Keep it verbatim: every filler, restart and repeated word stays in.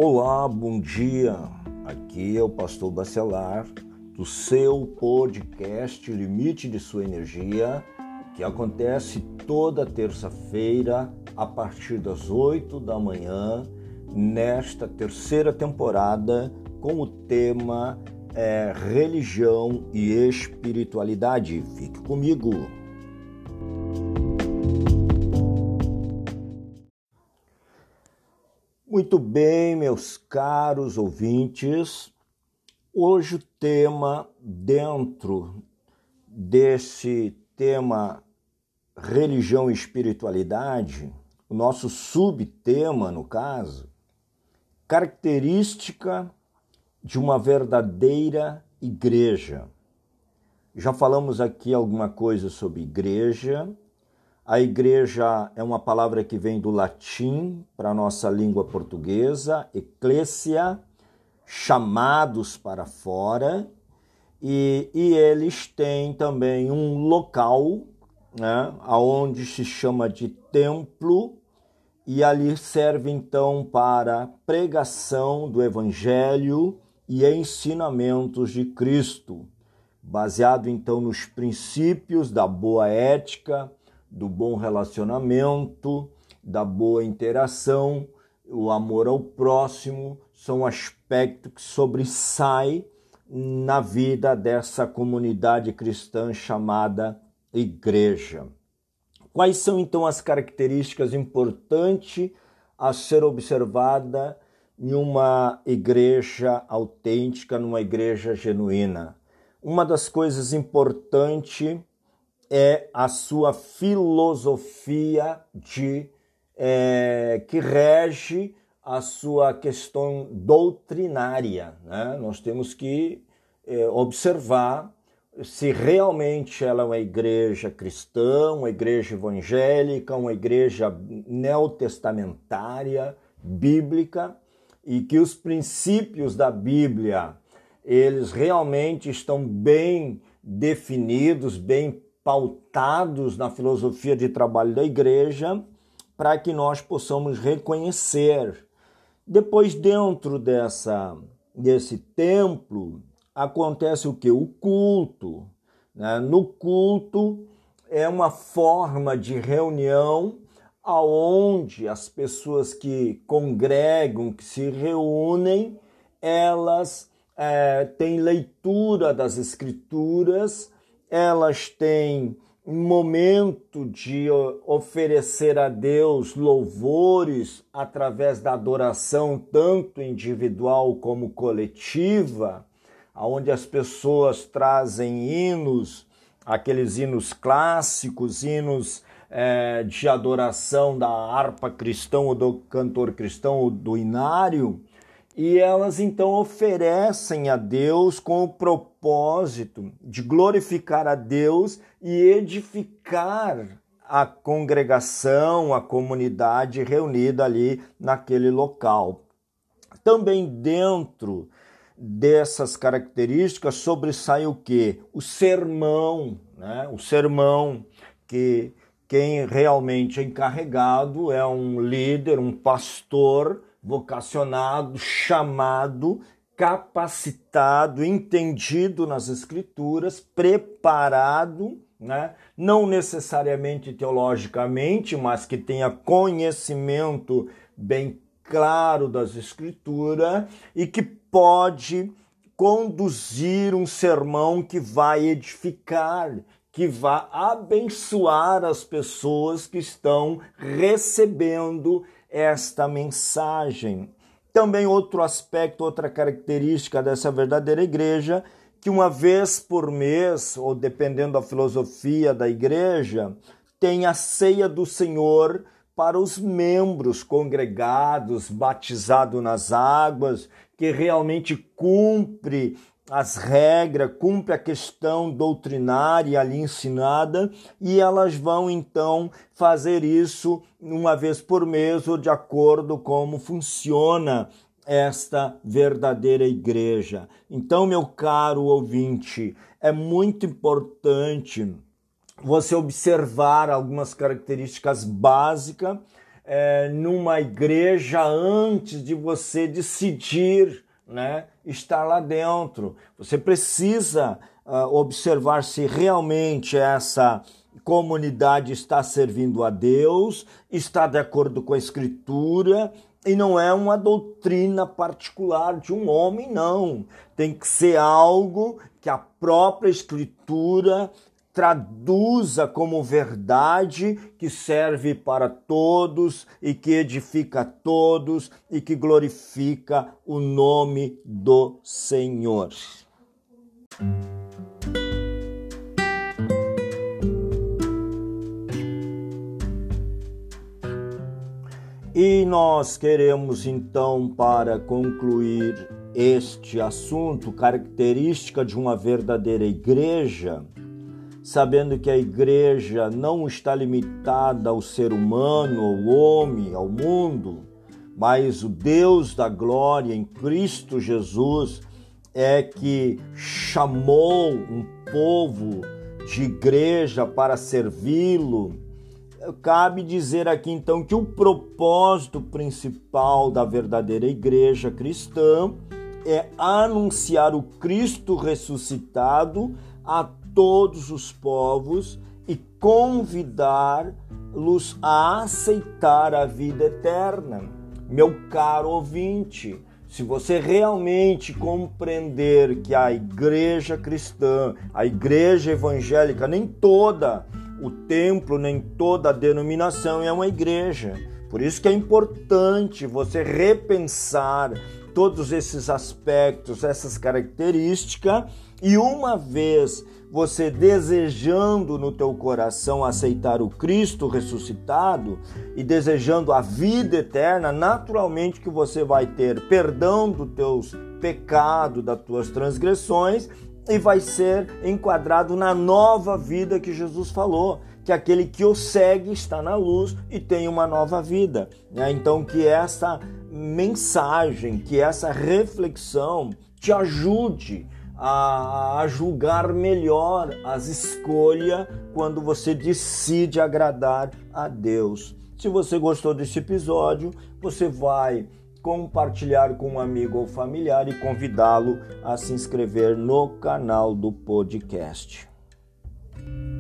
Olá, bom dia. Aqui é o Pastor Bacelar, do seu podcast Limite de Sua Energia, que acontece toda terça-feira a partir das oito da manhã, nesta terceira temporada, com o tema é, Religião e Espiritualidade. Fique comigo. Muito bem, meus caros ouvintes, hoje o tema, dentro desse tema religião e espiritualidade, o nosso subtema, no caso, característica de uma verdadeira igreja. Já falamos aqui alguma coisa sobre igreja. A igreja é uma palavra que vem do latim para a nossa língua portuguesa, ecclesia, chamados para fora, e, e eles têm também um local, né, onde se chama de templo, e ali serve então para pregação do evangelho e ensinamentos de Cristo, baseado então nos princípios da boa ética, do bom relacionamento, da boa interação, o amor ao próximo, são aspectos que sobressaem na vida dessa comunidade cristã chamada igreja. Quais são então as características importantes a ser observada em uma igreja autêntica, numa igreja genuína? Uma das coisas importantes é a sua filosofia de, é, que rege a sua questão doutrinária, né? Nós temos que é, observar se realmente ela é uma igreja cristã, uma igreja evangélica, uma igreja neotestamentária, bíblica, e que os princípios da Bíblia, eles realmente estão bem definidos, bem pautados na filosofia de trabalho da igreja, para que nós possamos reconhecer. Depois, dentro dessa, desse templo, acontece o quê? O culto. Né? No culto é uma forma de reunião aonde as pessoas que congregam, que se reúnem, elas é, têm leitura das Escrituras, elas têm um momento de oferecer a Deus louvores através da adoração, tanto individual como coletiva, onde as pessoas trazem hinos, aqueles hinos clássicos, hinos é, de adoração da harpa cristã ou do cantor cristão ou do inário, e elas então oferecem a Deus com o propósito de glorificar a Deus e edificar a congregação, a comunidade reunida ali naquele local. Também dentro dessas características sobressai o quê? O sermão, né? O sermão, que quem realmente é encarregado é um líder, um pastor vocacionado, chamado, capacitado, entendido nas Escrituras, preparado, né? Não necessariamente teologicamente, mas que tenha conhecimento bem claro das Escrituras e que pode conduzir um sermão que vai edificar, que vai abençoar as pessoas que estão recebendo esta mensagem. Também outro aspecto, outra característica dessa verdadeira igreja, que uma vez por mês, ou dependendo da filosofia da igreja, tem a ceia do Senhor para os membros congregados, batizados nas águas, que realmente cumpre as regras, cumpre a questão doutrinária ali ensinada, e elas vão então fazer isso uma vez por mês, ou de acordo com como funciona esta verdadeira igreja. Então, meu caro ouvinte, é muito importante você observar algumas características básicas é, numa igreja antes de você decidir, né, estar lá dentro. Você precisa uh, observar se realmente essa comunidade está servindo a Deus, está de acordo com a Escritura, e não é uma doutrina particular de um homem, não. Tem que ser algo que a própria Escritura traduza como verdade, que serve para todos e que edifica todos e que glorifica o nome do Senhor. E nós queremos então, para concluir este assunto, característica de uma verdadeira igreja, sabendo que a igreja não está limitada ao ser humano, ao homem, ao mundo, mas o Deus da glória em Cristo Jesus é que chamou um povo de igreja para servi-lo. Cabe dizer aqui então que o propósito principal da verdadeira igreja cristã é anunciar o Cristo ressuscitado a todos os povos e convidá-los a aceitar a vida eterna. Meu caro ouvinte, se você realmente compreender que a igreja cristã, a igreja evangélica, nem toda o templo, nem toda a denominação é uma igreja. Por isso que é importante você repensar todos esses aspectos, essas características, e uma vez você desejando no teu coração aceitar o Cristo ressuscitado e desejando a vida eterna, naturalmente que você vai ter perdão dos teus pecados, das tuas transgressões, e vai ser enquadrado na nova vida que Jesus falou, que aquele que o segue está na luz e tem uma nova vida. Então que essa mensagem, que essa reflexão te ajude a julgar melhor as escolhas quando você decide agradar a Deus. Se você gostou desse episódio, você vai compartilhar com um amigo ou familiar e convidá-lo a se inscrever no canal do podcast.